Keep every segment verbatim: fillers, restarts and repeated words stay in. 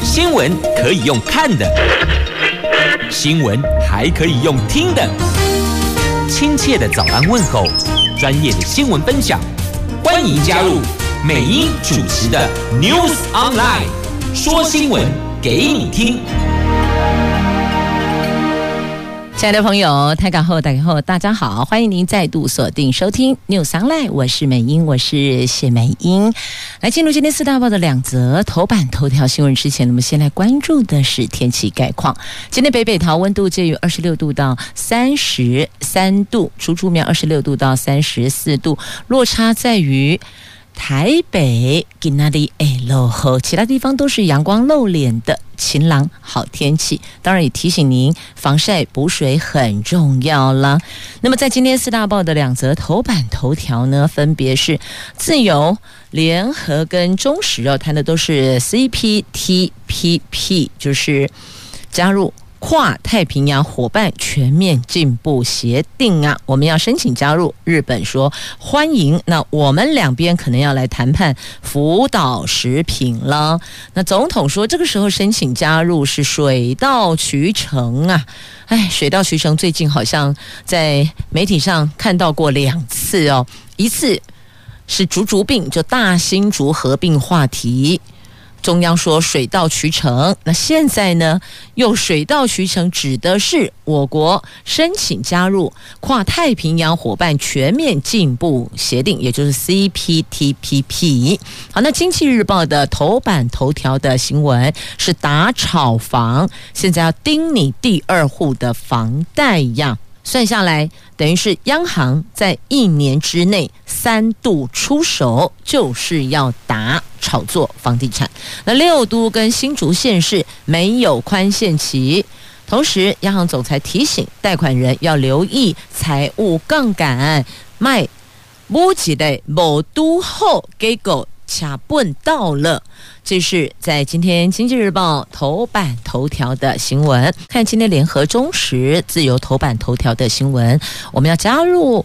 新闻可以用看的，新闻还可以用听的。亲切的早安问候，专业的新闻分享，欢迎加入美英主持的 News Online， 说新闻给你听。 亲爱的朋友，台港后、台港后，大家好，欢迎您再度锁定收听 News Online， 我是美英，我是谢美英。来进入今天四大报的两则头版头条新闻之前，我们先来关注的是天气概况。今天北北桃温度介于二十六度到三十三度，竹竹苗二十六度到三十四度，落差在于台北今天的落后，其他地方都是阳光露脸的晴朗好天气，当然也提醒您防晒补水很重要了。那么在今天四大报的两则头版头条呢，分别是自由、联合跟中时要谈的都是 C P T P P， 就是加入跨太平洋伙伴全面进步协定啊，我们要申请加入，日本说欢迎，那我们两边可能要来谈判福岛食品了。那总统说这个时候申请加入是水到渠成啊，哎，水到渠成最近好像在媒体上看到过两次哦，一次是竹竹病，就大新竹合并话题，中央说水到渠成，那现在呢又水到渠成，指的是我国申请加入跨太平洋伙伴全面进步协定，也就是 C P T P P。 好，那经济日报的头版头条的新闻是打炒房，现在要盯你第二户的房贷呀，算下来等于是央行在一年之内三度出手，就是要打炒作房地产。那六都跟新竹县市没有宽限期，同时央行总裁提醒贷款人要留意财务杠杆，卖不几类某都后给狗卡笨到了。这是在今天经济日报头版头条的新闻。看今天联合中时自由头版头条的新闻，我们要加入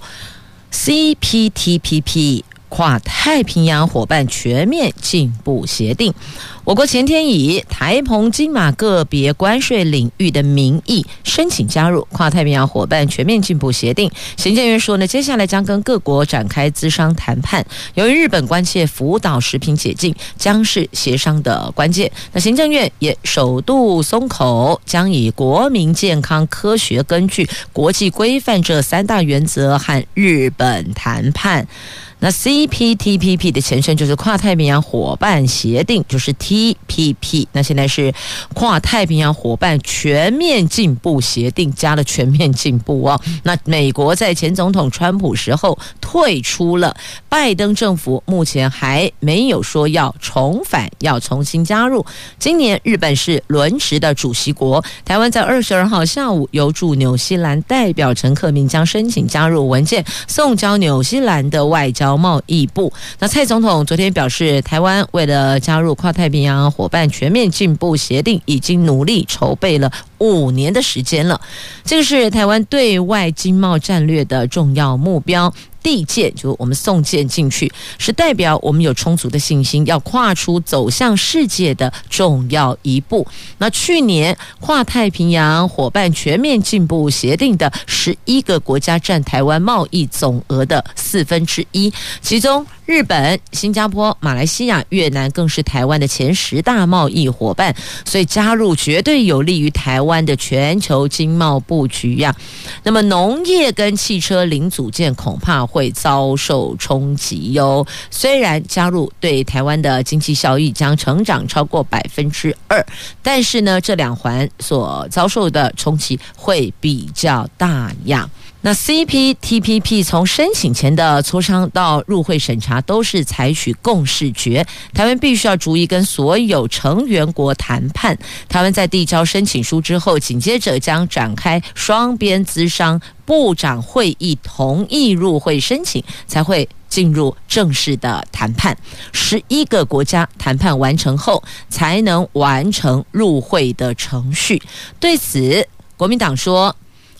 C P T P P 跨太平洋伙伴全面进步协定。我国前天以台澎金马个别关税领域的名义申请加入跨太平洋伙伴全面进步协定。行政院说呢，接下来将跟各国展开咨商谈判。由于日本关切福岛食品解禁将是协商的关键，那行政院也首度松口，将以国民健康、科学根据国际规范这三大原则和日本谈判。那 C P T P P 的前身就是跨太平洋伙伴协定，就是 T P P， 那现在是跨太平洋伙伴全面进步协定，加了全面进步哦。那美国在前总统川普时候退出了，拜登政府目前还没有说要重返，要重新加入。今年日本是轮值的主席国，台湾在二十二号下午由驻纽西兰代表陈克明将申请加入文件送交纽西兰的外交贸易部。那蔡总统昨天表示，台湾为了加入跨太平洋伙伴全面进步协定，已经努力筹备了五年的时间了。这个是台湾对外经贸战略的重要目标。递件就是我们送件进去，是代表我们有充足的信心，要跨出走向世界的重要一步。那去年跨太平洋伙伴全面进步协定的十一个国家占台湾贸易总额的四分之一，其中日本、新加坡、马来西亚、越南更是台湾的前十大贸易伙伴，所以加入绝对有利于台湾的全球经贸布局呀、啊。那么农业跟汽车零组件恐怕会遭受冲击哟。虽然加入对台湾的经济效益将成长超过百分之二，但是呢，这两环所遭受的冲击会比较大呀。那 C P T P P 从申请前的磋商到入会审查都是采取共识决，台湾必须要逐一跟所有成员国谈判。台湾在递交申请书之后，紧接着将展开双边咨商，部长会议同意入会申请，才会进入正式的谈判。十一个国家谈判完成后，才能完成入会的程序。对此，国民党说，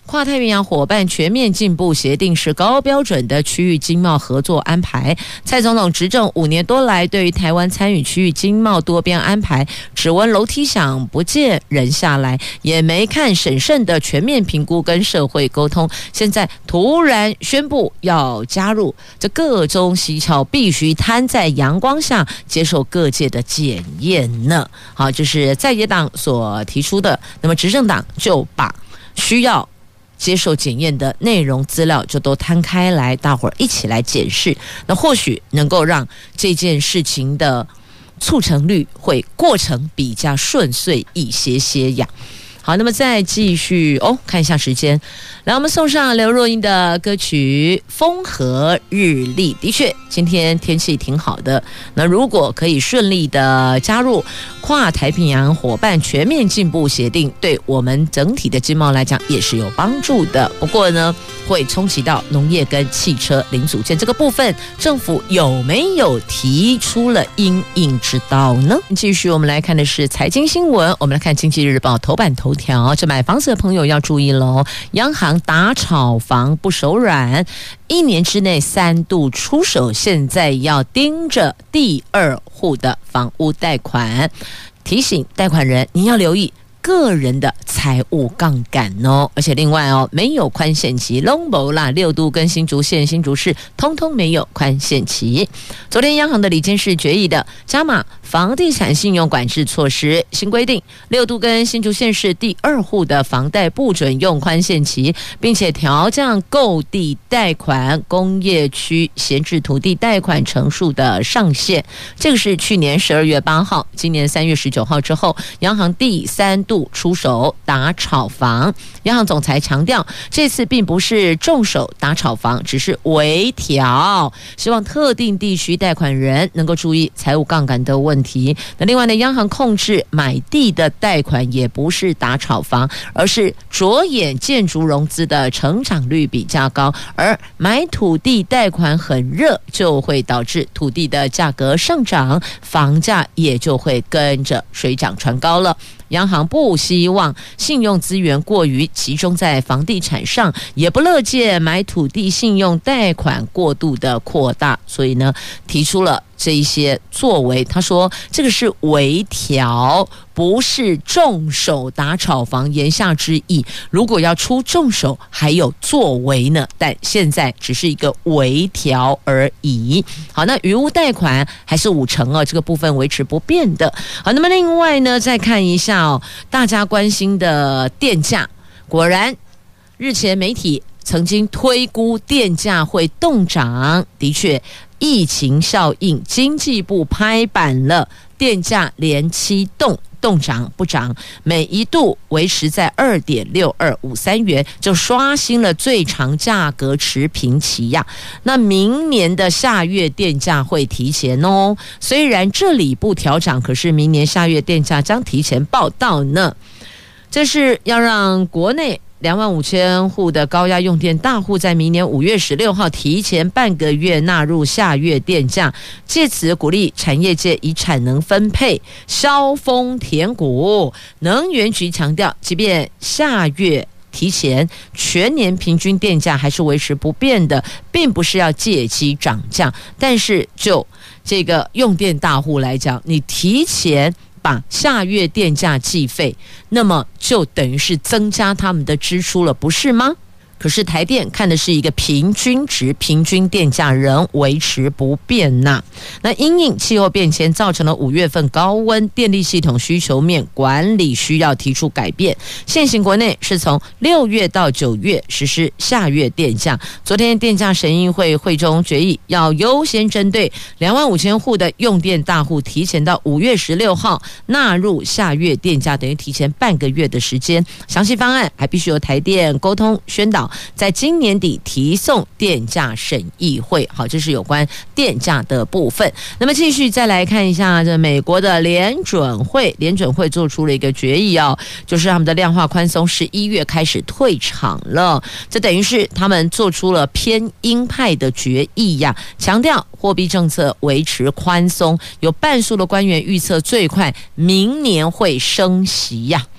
跨太平洋伙伴全面进步协定是高标准的区域经贸合作安排。蔡总统执政五年多来，对于台湾参与区域经贸多边安排，只闻楼梯响，不见人下来，也没看审慎的全面评估跟社会沟通。现在突然宣布要加入，这各中西巧必须摊在阳光下，接受各界的检验呢。好，就是在野党所提出的，那么执政党就把需要接受检验的内容资料就都摊开来，大伙儿一起来检视，那或许能够让这件事情的促成率会过程比较顺遂一些些呀。好，那么再继续哦，看一下时间，来，我们送上刘若英的歌曲《风和日丽》。的确，今天天气挺好的。那如果可以顺利的加入跨太平洋伙伴全面进步协定，对我们整体的经贸来讲也是有帮助的。不过呢，会冲击到农业跟汽车零组件这个部分，政府有没有提出了因应之道呢？继续，我们来看的是财经新闻。我们来看《经济日报》头版头条，这买房子的朋友要注意喽，央行打炒房不手软，一年之内三度出手，现在要盯着第二户的房屋贷款，提醒贷款人你要留意个人的财务杠杆哦，而且另外哦，没有宽限期，拢没啦，六都跟新竹县、新竹市通通没有宽限期。昨天央行的理监事决议的加码房地产信用管制措施新规定，六都跟新竹县市第二户的房贷不准用宽限期，并且调降购地贷款、工业区闲置土地贷款成数的上限。这个是去年十二月八号，今年三月十九号之后，央行第三度出手打炒房。央行总裁强调，这次并不是重手打炒房，只是微调，希望特定地区贷款人能够注意财务杠杆的问题。那另外呢，央行控制买地的贷款也不是打炒房，而是着眼建筑融资的成长率比较高，而买土地贷款很热，就会导致土地的价格上涨，房价也就会跟着水涨船高了。央行不希望信用资源过于集中在房地产上，也不乐见买土地信用贷款过度的扩大，所以呢，提出了这一些作为。他说这个是微调，不是重手打炒房，言下之意，如果要出重手还有作为呢，但现在只是一个微调而已。好，那余屋贷款还是五成哦，这个部分维持不变的。好，那么另外呢，再看一下哦，大家关心的电价，果然日前媒体曾经推估电价会动涨，的确疫情效应，经济部拍板了，电价连七动动涨不涨，每一度维持在 二点六二五三元，就刷新了最长价格持平期呀。那明年的下月电价会提前哦，虽然这里不调涨，可是明年下月电价将提前报到呢。这是要让国内两万五千户的高压用电大户在明年五月十六号提前半个月纳入下月电价，借此鼓励产业界以产能分配削峰填谷。能源局强调，即便下月提前，全年平均电价还是维持不变的，并不是要借机涨价。但是就这个用电大户来讲，你提前把下月电价计费，那么就等于是增加他们的支出了，不是吗？可是台电看的是一个平均值，平均电价仍维持不变呐、啊。那因应气候变迁造成了五月份高温，电力系统需求面管理需要提出改变。现行国内是从六月到九月实施下月电价。昨天电价审议会会中决议，要优先针对两万五千户的用电大户，提前到五月十六号纳入下月电价，等于提前半个月的时间。详细方案还必须由台电沟通宣导，在今年底提送电价审议会。好，这是有关电价的部分。那么继续再来看一下，这美国的联准会，联准会做出了一个决议哦，就是他们的量化宽松十一月开始退场了，这等于是他们做出了偏鹰派的决议呀，强调货币政策维持宽松，有半数的官员预测最快明年会升息呀。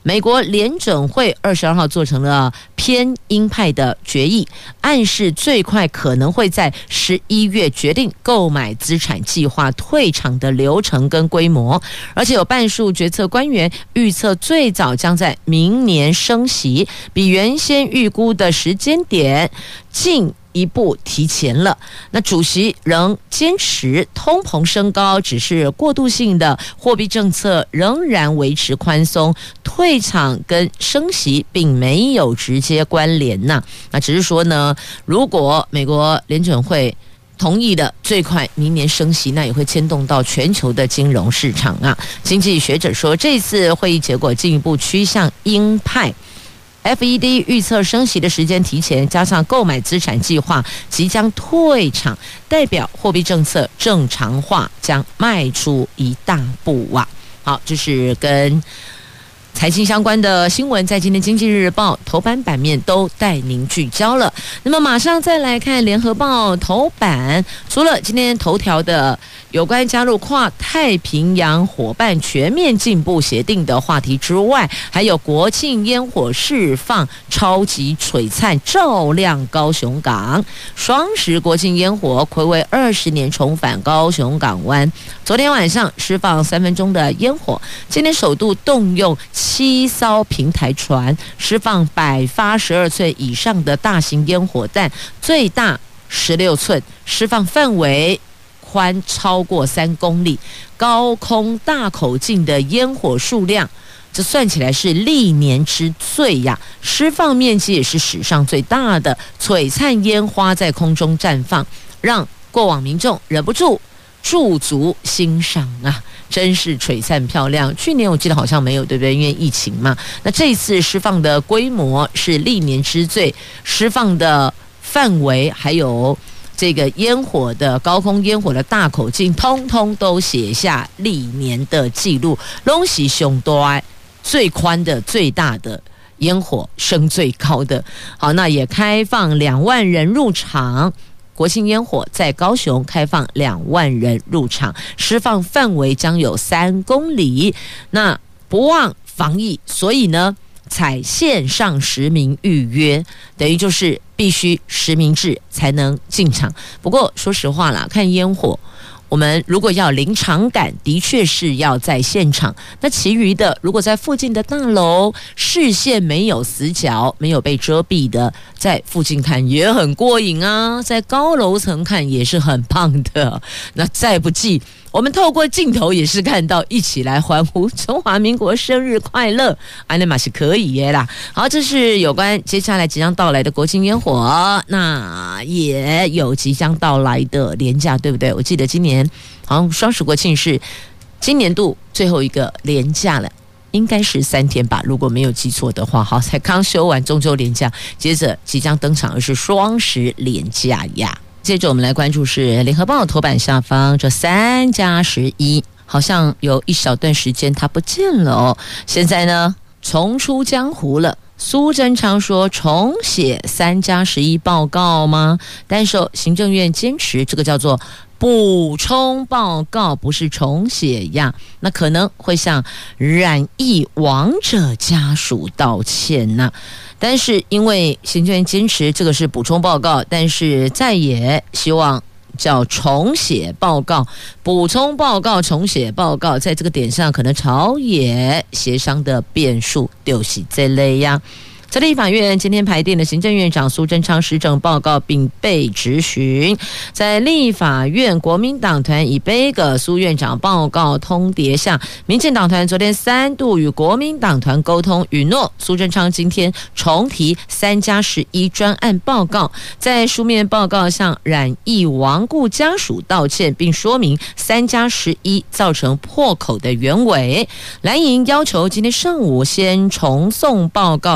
美国联准会二十二号做成了偏鹰派的决议，暗示最快可能会在十一月决定购买资产计划退场的流程跟规模，而且有半数决策官员预测最早将在明年升息，比原先预估的时间点近一步提前了。那主席仍坚持通膨升高只是过渡性的，货币政策仍然维持宽松，退场跟升息并没有直接关联呐。那只是说呢，如果美国联准会同意的最快明年升息，那也会牵动到全球的金融市场啊。经济学者说，这次会议结果进一步趋向鹰派。F E D 预测升息的时间提前，加上购买资产计划即将退场，代表货币政策正常化将迈出一大步啊！好，这是跟财经相关的新闻，在今天《经济日报》头版版面都带您聚焦了。那么马上再来看《联合报》头版，除了今天头条的有关加入跨太平洋伙伴全面进步协定的话题之外，还有国庆烟火释放超级璀璨，照亮高雄港。双十国庆烟火睽违二十年重返高雄港湾，昨天晚上释放三分钟的烟火，今天首度动用七艘平台船释放百发十二寸以上的大型烟火弹，最大十六寸，释放范围宽超过三公里，高空大口径的烟火数量，这算起来是历年之最呀！释放面积也是史上最大的，璀璨烟花在空中绽放，让过往民众忍不住驻足欣赏啊！真是璀璨漂亮。去年我记得好像没有，对不对？因为疫情嘛。那这次释放的规模是历年之最，释放的范围还有这个烟火的高空烟火的大口径，通通都写下历年的记录。拢是上大最宽的最大的烟火，升最高的。好，那也开放两万人入场。国庆烟火在高雄开放两万人入场，释放范围将有三公里。那不忘防疫，所以呢，采线上实名预约，等于就是必须实名制才能进场。不过说实话啦，看烟火，我们如果要临场感，的确是要在现场。那其余的，如果在附近的大楼，视线没有死角，没有被遮蔽的，在附近看也很过瘾啊。在高楼层看也是很棒的。那再不济，我们透过镜头也是看到，一起来欢呼中华民国生日快乐，安那嘛是可以耶啦。好，这是有关接下来即将到来的国庆烟火，那也有即将到来的连假，对不对？我记得今年好像双十国庆是今年度最后一个连假了，应该是三天吧，如果没有记错的话。好，才刚休完中秋连假，接着即将登场的是双十连假呀。接着我们来关注是联合报头版下方这三加十一，好像有一小段时间它不见了哦，现在呢重出江湖了。苏贞昌说重写三加十一报告吗？但是行政院坚持这个叫做补充报告，不是重写呀。那可能会向染疫亡者家属道歉呐、啊。但是因为行政院坚持这个是补充报告，但是在也希望叫重写报告，补充报告重写报告，在这个点上可能朝野协商的变数就是这类呀。在立法院今天排定的行政院长苏贞昌施政报告并被质询，在立法院国民党团以这个苏院长报告通牒下，民进党团昨天三度与国民党团沟通，允诺苏贞昌今天重提三加十一专案报告，在书面报告向染疫亡故家属道歉，并说明三加十一造成破口的原委。蓝营要求今天上午先重送报告，再协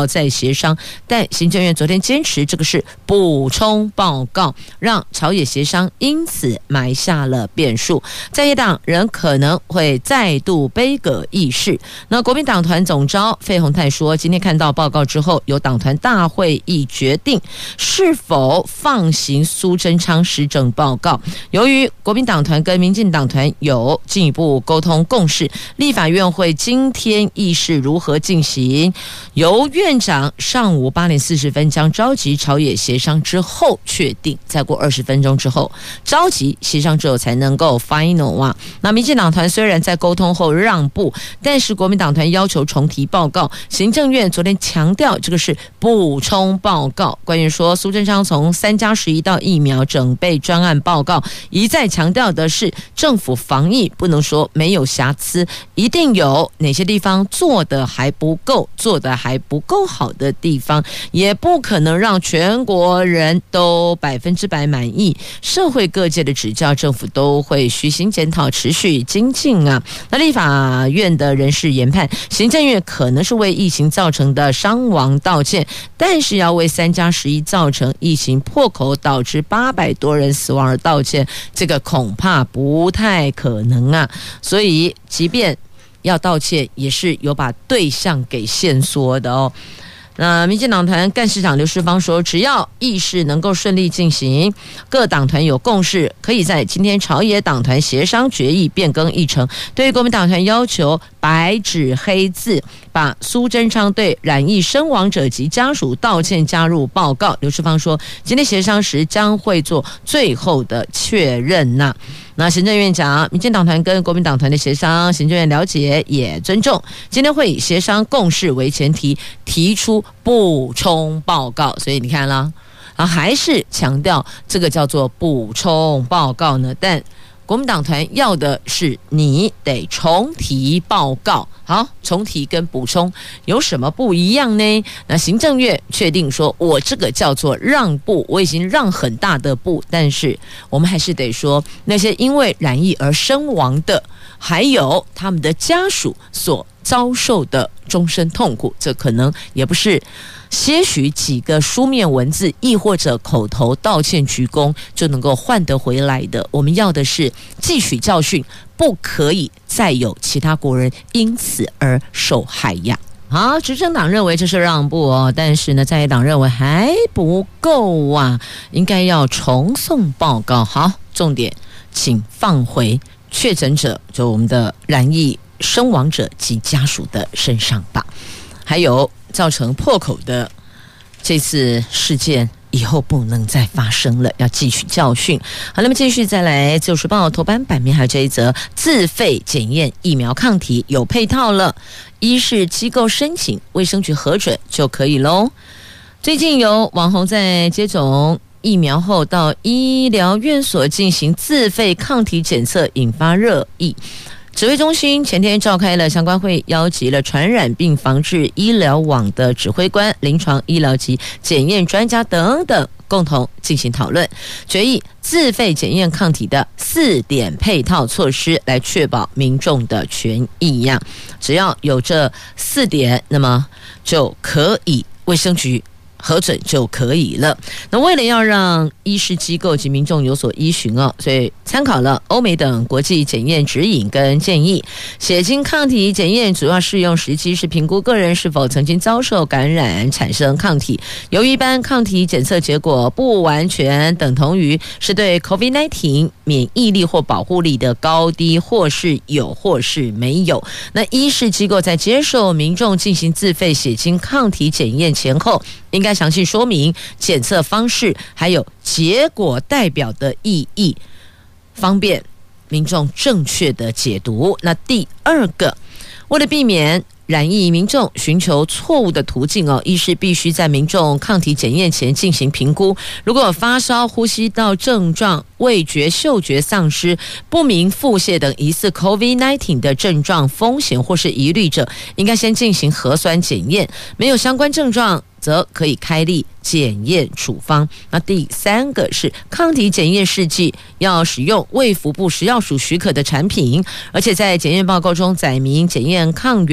协商，但行政院昨天坚持这个是补充报告，让朝野协商因此埋下了变数。在野党人可能会再度杯葛议事。那国民党团总召费鸿泰说，今天看到报告之后，由党团大会议决定是否放行苏贞昌施政报告。由于国民党团跟民进党团有进一步沟通共识，立法院会今天议事如何进行，由院长上午八点四十分将召集朝野协商之后确定，再过二十分钟之后召集协商之后才能够 final 啊。那民进党团虽然在沟通后让步，但是国民党团要求重提报告。行政院昨天强调这个是补充报告，官员说苏贞昌从三加十一到疫苗整备专案报告一再强调的是政府防疫不能说没有瑕疵，一定有哪些地方做得还不够，做得还不够好的地方，也不可能让全国人都百分之百满意。社会各界的指教，政府都会虚心检讨，持续精进啊。那立法院的人士研判，行政院可能是为疫情造成的伤亡道歉，但是要为三加十一造成疫情破口导致八百多人死亡而道歉，这个恐怕不太可能啊。所以即便要道歉，也是有把对象给限缩的哦。那民进党团干事长刘世芳说，只要议事能够顺利进行，各党团有共识，可以在今天朝野党团协商决议变更议程。对于国民党团要求白纸黑字把苏贞昌对染疫身亡者及家属道歉加入报告，刘世芳说，今天协商时将会做最后的确认呐。那行政院讲，民进党团跟国民党团的协商，行政院了解也尊重，今天会以协商共识为前提，提出补充报告。所以你看啦，啊，还是强调这个叫做补充报告呢，但国民党团要的是你得重提报告。好，重提跟补充有什么不一样呢？那行政院确定说，我这个叫做让步，我已经让很大的步，但是我们还是得说，那些因为染疫而身亡的，还有他们的家属所遭受的终身痛苦，这可能也不是些许几个书面文字亦或者口头道歉鞠躬就能够换得回来的。我们要的是汲取教训，不可以再有其他国人因此而受害呀。好，执政党认为这是让步哦，但是呢，在野党认为还不够啊，应该要重送报告。好，重点请放回确诊者，就我们的染疫身亡者及家属的身上吧。还有造成破口的这次事件，以后不能再发生了，要汲取教训。好，那么继续再来，《自由时报》头版版面还有这一则，自费检验疫苗抗体有配套了，医事机构申请，卫生局核准就可以咯。最近有网红在接种疫苗后到医疗院所进行自费抗体检测，引发热议。指挥中心前天召开了相关会，邀集了传染病防治医疗网的指挥官、临床医疗及检验专家等等，共同进行讨论，决议自费检验抗体的四点配套措施，来确保民众的权益呀。只要有这四点，那么就可以卫生局核准就可以了。那为了要让医师机构及民众有所依循哦，所以参考了欧美等国际检验指引跟建议。血清抗体检验主要适用时机是评估个人是否曾经遭受感染产生抗体。由于一般抗体检测结果不完全等同于是对 COVID 十九 免疫力或保护力的高低，或是有或是没有。那医师机构在接受民众进行自费血清抗体检验前后，应该详细说明检测方式还有结果代表的意义，方便民众正确的解读。那第二个，为了避免染疫民众寻求错误的途径哦，医师必须在民众抗体检验前进行评估。如果发烧、呼吸道症状、味觉、嗅觉丧失、不明腹泻等疑似 COVID 十九 的症状风险或是疑虑者，应该先进行核酸检验，没有相关症状则可以开立检验处方。那第三个是抗体检验试剂要使用卫福部食药署许可的产品，而且在检验报告中载明检验抗原的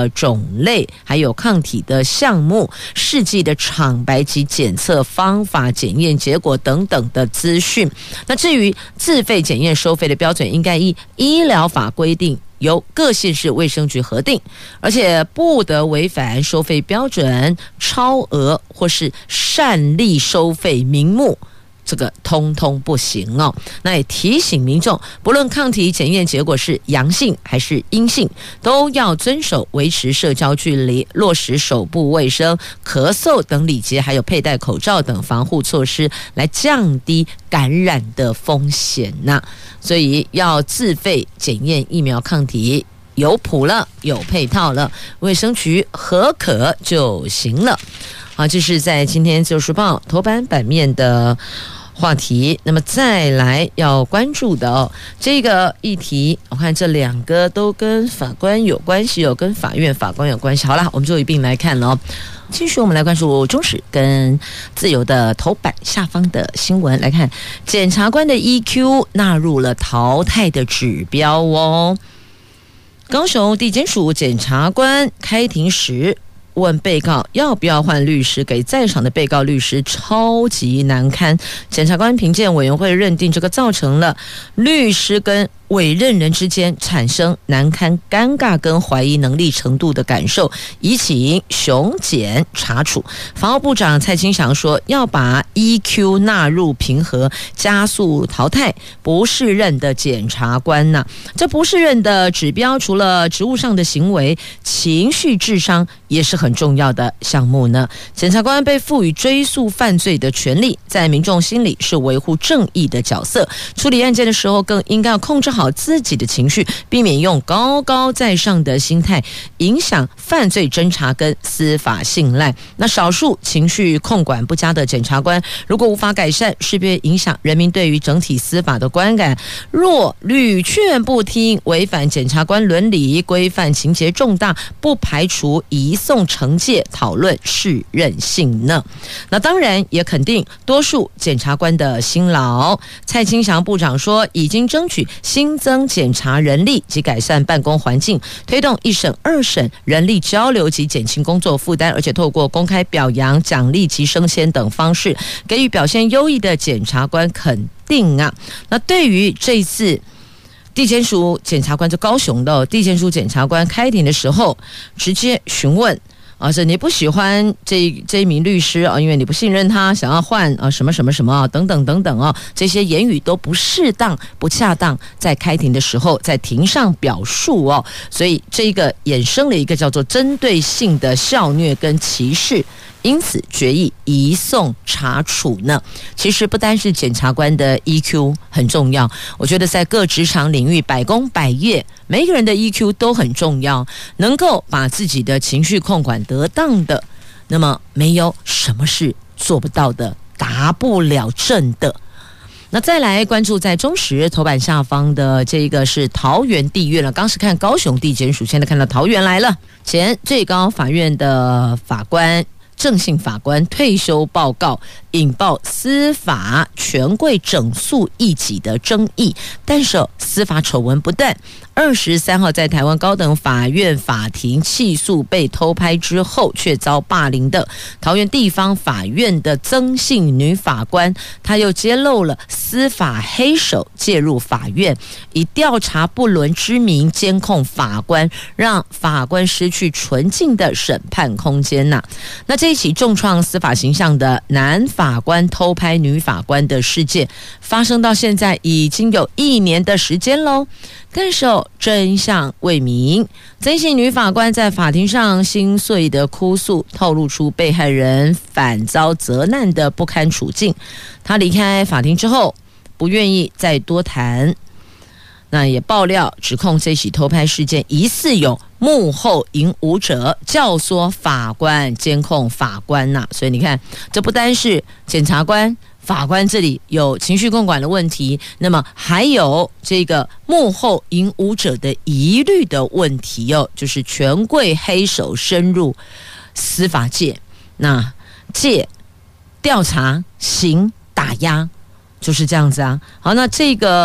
的种类，还有抗体的项目、试剂的厂牌及检测方法、检验结果等等的资讯。那至于自费检验收费的标准，应该依医疗法规定，由各县市卫生局核定，而且不得违反收费标准、超额或是擅立收费名目，这个通通不行哦。那也提醒民众，不论抗体检验结果是阳性还是阴性，都要遵守维持社交距离、落实手部卫生、咳嗽等礼节，还有佩戴口罩等防护措施，来降低感染的风险呐、啊。所以要自费检验疫苗抗体，有谱了，有配套了，卫生局核可就行了。好，这是在今天《自由时报》头版版面的话题。那么再来要关注的哦，这个议题，我看这两个都跟法官有关系，有跟法院法官有关系。好了，我们就一并来看了哦。继续我们来关注中时跟自由的头版下方的新闻，来看检察官的 E Q 纳入了淘汰的指标哦。高雄地检署检察官开庭时问被告要不要换律师，给在场的被告律师超级难堪。检察官评鉴委员会认定这个造成了律师跟委任人之间产生难堪、尴尬跟怀疑能力程度的感受，已请雄检查处。法务部长蔡清祥说，要把 E Q 纳入评核，加速淘汰不适任的检察官呐、啊。这不适任的指标，除了职务上的行为，情绪、智商也是很重要的项目呢。检察官被赋予追诉犯罪的权利，在民众心里是维护正义的角色，处理案件的时候更应该要控制好自己的情绪，避免用高高在上的心态影响犯罪侦查跟司法信赖。那少数情绪控管不佳的检察官，如果无法改善，势必影响人民对于整体司法的观感。若屡劝不听，违反检察官伦理规范，情节重大，不排除移送惩戒，讨论适任性呢。那当然也肯定多数检察官的辛劳。蔡清祥部长说，已经争取新增检察人力及改善办公环境，推动一审二审人力交流及减轻工作负担，而且透过公开表扬、奖励及升迁等方式，给予表现优异的检察官肯定啊。那对于这次地检署检察官，就高雄的地检署检察官开庭的时候，直接询问啊，是你不喜欢这这一名律师啊，因为你不信任他，想要换啊什么什么什么啊等等等等啊，这些言语都不适当、不恰当，在开庭的时候在庭上表述哦，所以这个衍生了一个叫做针对性的校虐跟歧视。因此决议移送查处呢。其实不单是检察官的 E Q 很重要，我觉得在各职场领域百工百业，每一个人的 E Q 都很重要，能够把自己的情绪控管得当的，那么没有什么是做不到的，达不了正的。那再来关注在中时头版下方的这个是桃园地院了，刚是看高雄地检署，现在看到桃园来了。前最高法院的法官郑姓法官退休报告引爆司法权贵整肃异己的争议，但是司法丑闻不断。二十三号在台湾高等法院法庭起诉被偷拍之后却遭霸凌的桃园地方法院的曾姓女法官，她又揭露了司法黑手介入法院，以调查不伦之名监控法官，让法官失去纯净的审判空间呐、啊。那这一起重创司法形象的男法官偷拍女法官的事件，发生到现在已经有一年的时间喽。但是真相未明，曾姓女法官在法庭上心碎的哭诉，透露出被害人反遭责难的不堪处境。她离开法庭之后，不愿意再多谈。那也爆料指控这起偷拍事件疑似有幕后引武者教唆法官监控法官呐、啊，所以你看，这不单是检察官、法官这里有情绪控管的问题，那么还有这个幕后引武者的疑虑的问题哦，就是权贵黑手深入司法界，那借调查、刑、打压，就是这样子啊。好，那这个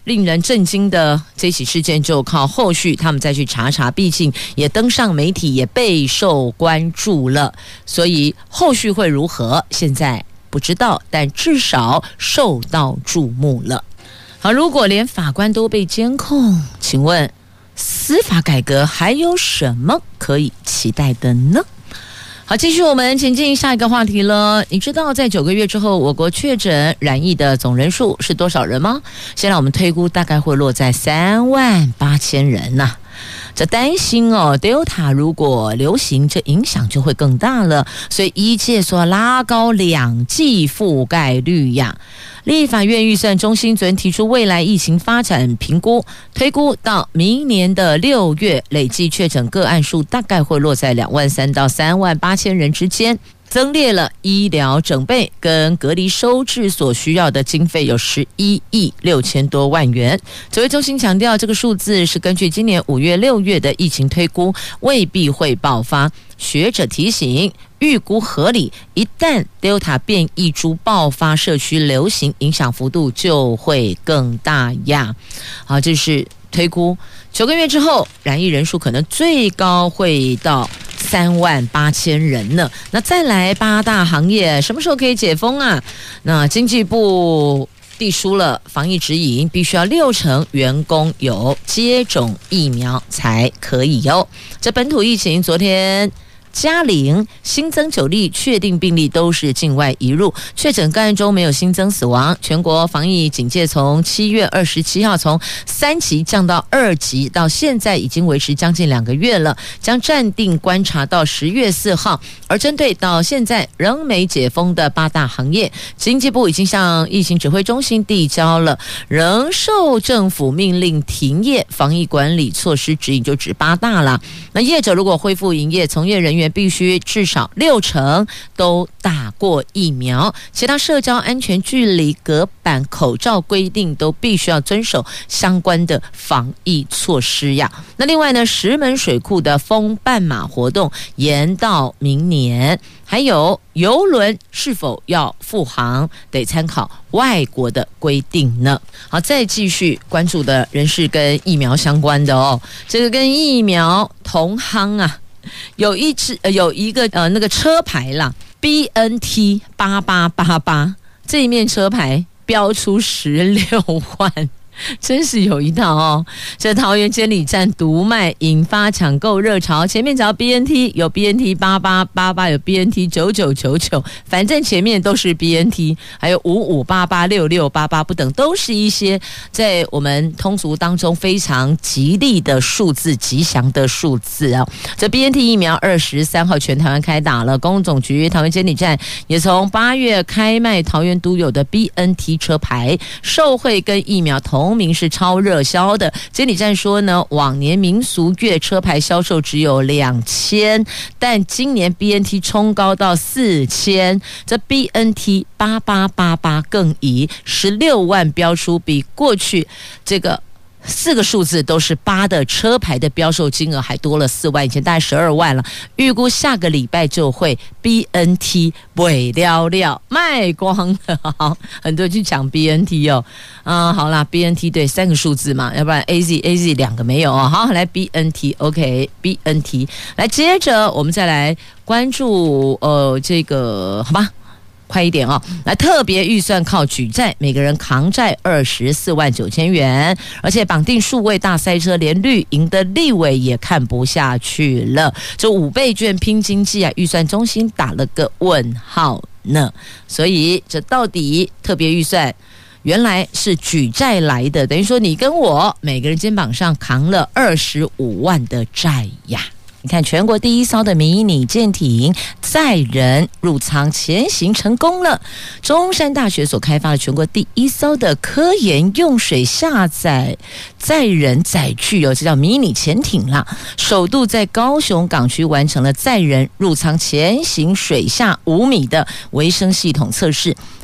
令人震惊的这起事件就靠后续他们再去查查，毕竟也登上媒体，也备受关注了，所以后续会如何现在不知道，但至少受到注目了。好，如果连法官都被监控，请问司法改革还有什么可以期待的呢？好，继续我们前进下一个话题了。你知道在九个月之后，我国确诊染疫的总人数是多少人吗？现在我们推估大概会落在三万八千人呐、啊。这担心哦 ，Delta 如果流行，这影响就会更大了。所以医界说拉高两剂覆盖率呀。立法院预算中心昨天提出未来疫情发展评估，推估到明年的六月，累计确诊个案数大概会落在两万三到三万八千人之间。增列了医疗整备跟隔离收治所需要的经费有十一亿六千多万元。指挥中心强调，这个数字是根据今年五月、六月的疫情推估，未必会爆发。学者提醒，预估合理，一旦 Delta 变异株爆发，社区流行影响幅度就会更大呀。好，这是推估九个月之后，染疫人数可能最高会到三万八千人呢。那再来八大行业什么时候可以解封啊？那经济部递出了防疫指引，必须要六成员工有接种疫苗才可以哦。这本土疫情昨天嘉陵新增九例确定病例，都是境外移入，确诊个案中没有新增死亡。全国防疫警戒从七月二十七号从三级降到二级，到现在已经维持将近两个月了，将暂定观察到十月四号。而针对到现在仍没解封的八大行业，经济部已经向疫情指挥中心递交了仍受政府命令停业防疫管理措施指引，就指八大啦。那业者如果恢复营业，从业人员必须至少六成都打过疫苗，其他社交安全距离、隔板、口罩规定都必须要遵守相关的防疫措施呀。那另外呢，石门水库的风半马活动延到明年，还有邮轮是否要复航，得参考外国的规定呢。好，再继续关注的人是跟疫苗相关的哦，这个跟疫苗同行啊。有一只呃有一个呃那个车牌啦 ，B N T 八八八八，这一面车牌标出十六万。真是有一套哦！这桃园监理站独卖，引发抢购热潮。前面只要 B N T 有 B N T 八八八八，有 B N T 九九九九，反正前面都是 B N T， 还有五五八八、六六八八不等，都是一些在我们通俗当中非常吉利的数字、吉祥的数字啊。这 B N T 疫苗二十三号全台湾开打了，公路总局桃园监理站也从八月开卖桃园独有的 B N T 车牌，受惠跟疫苗同。同名是超热销的，监理站说呢，往年民俗月车牌销售只有两千，但今年 B N T 冲高到四千，这 B N T 八八八八更以十六万标出，比过去这个四个数字都是八的车牌的标售金额还多了四万，以前大概十二万了。预估下个礼拜就会 B N T 尾了了卖光了，好，很多人去抢 B N T 哦。啊、嗯，好啦 ，B N T 对三个数字嘛，要不然 A Z A Z 两个没有哦。好，来 B N T，OK， B N T， 来接着我们再来关注呃这个好吧。快一点哦！来，特别预算靠举债，每个人扛债二十四万九千元，而且绑定数位大塞车，连绿营的立委也看不下去了。这五倍券拼经济啊，预算中心打了个问号呢。所以这到底特别预算？原来是举债来的，等于说你跟我每个人肩膀上扛了二十五万的债呀。你看，全国第一艘的迷你舰艇载人入舱前行成功了。中山大学所开发的全国第一艘的科研用水下载载人载具哦，这叫迷你潜艇啦。首度在高雄港区完成了载人入舱前行水下五米的维生系统测试。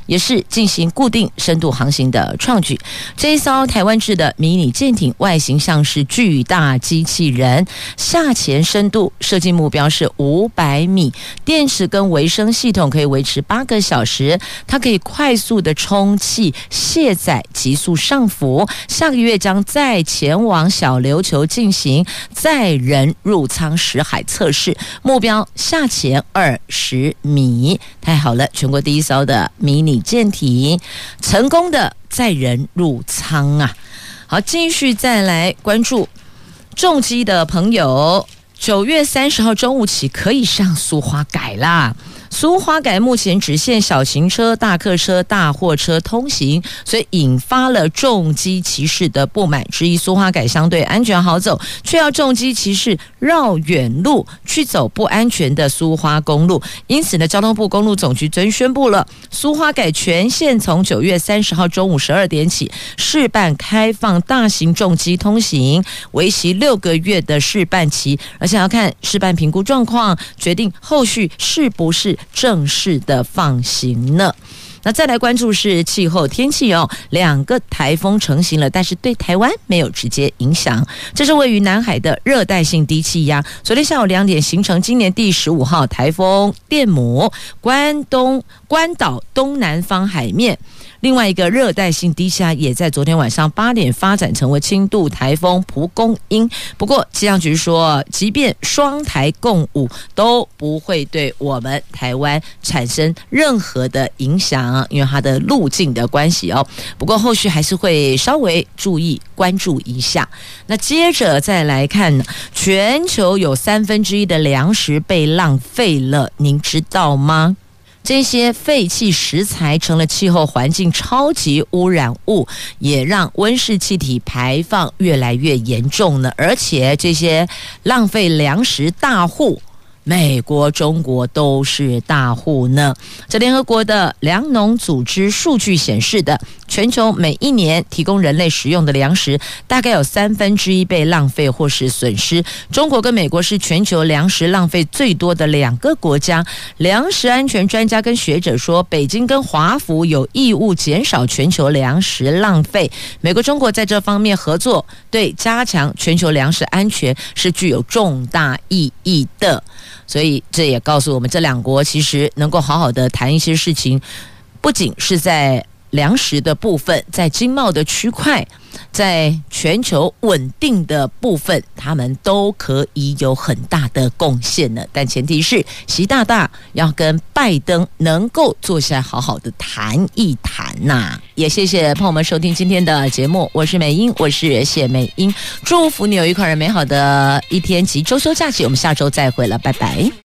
也是进行固定深度航行的创举。这一艘台湾制的迷你舰艇外形像是巨大机器人，下潜深度设计目标是五百米，电池跟维生系统可以维持八个小时，它可以快速的充气卸载，急速上浮。下个月将再前往小琉球进行载人入舱驶海测试，目标下潜二十米。太好了，全国第一艘的迷你舰艇成功的载人入舱啊！好，继续再来关注重机的朋友，九月三十号中午起可以上苏花改啦。苏花改目前只限小型车、大客车、大货车通行，所以引发了重机骑士的不满，质疑苏花改相对安全好走，却要重机骑士绕远路去走不安全的苏花公路。因此呢，交通部公路总局昨天宣布了，苏花改全线从九月三十号中午十二点起试办开放大型重机通行，为期六个月的试办期，而且要看试办评估状况，决定后续是不是正式的放行呢？那再来关注是气候天气哦，两个台风成型了，但是对台湾没有直接影响。这是位于南海的热带性低气压，昨天下午两点形成今年第十五号台风电母，关东关岛东南方海面。另外一个热带性低气压也在昨天晚上八点发展成为轻度台风蒲公英。不过气象局说，即便双台共舞，都不会对我们台湾产生任何的影响，因为它的路径的关系哦。不过后续还是会稍微注意关注一下。那接着再来看，全球有三分之一的粮食被浪费了，您知道吗？这些废弃食材成了气候环境超级污染物，也让温室气体排放越来越严重了。而且这些浪费粮食大户，美国、中国都是大户呢。这联合国的粮农组织数据显示的，全球每一年提供人类食用的粮食，大概有三分之一被浪费或是损失。中国跟美国是全球粮食浪费最多的两个国家。粮食安全专家跟学者说，北京跟华府有义务减少全球粮食浪费。美国、中国在这方面合作，对加强全球粮食安全是具有重大意义的。所以这也告诉我们，这两国其实能够好好的谈一些事情，不仅是在粮食的部分，在经贸的区块，在全球稳定的部分，他们都可以有很大的贡献呢。但前提是习大大要跟拜登能够坐下好好的谈一谈呐、啊。也谢谢朋友们收听今天的节目，我是美英，我是谢美英，祝福你有一块美好的一天及周休假期，我们下周再会了，拜拜。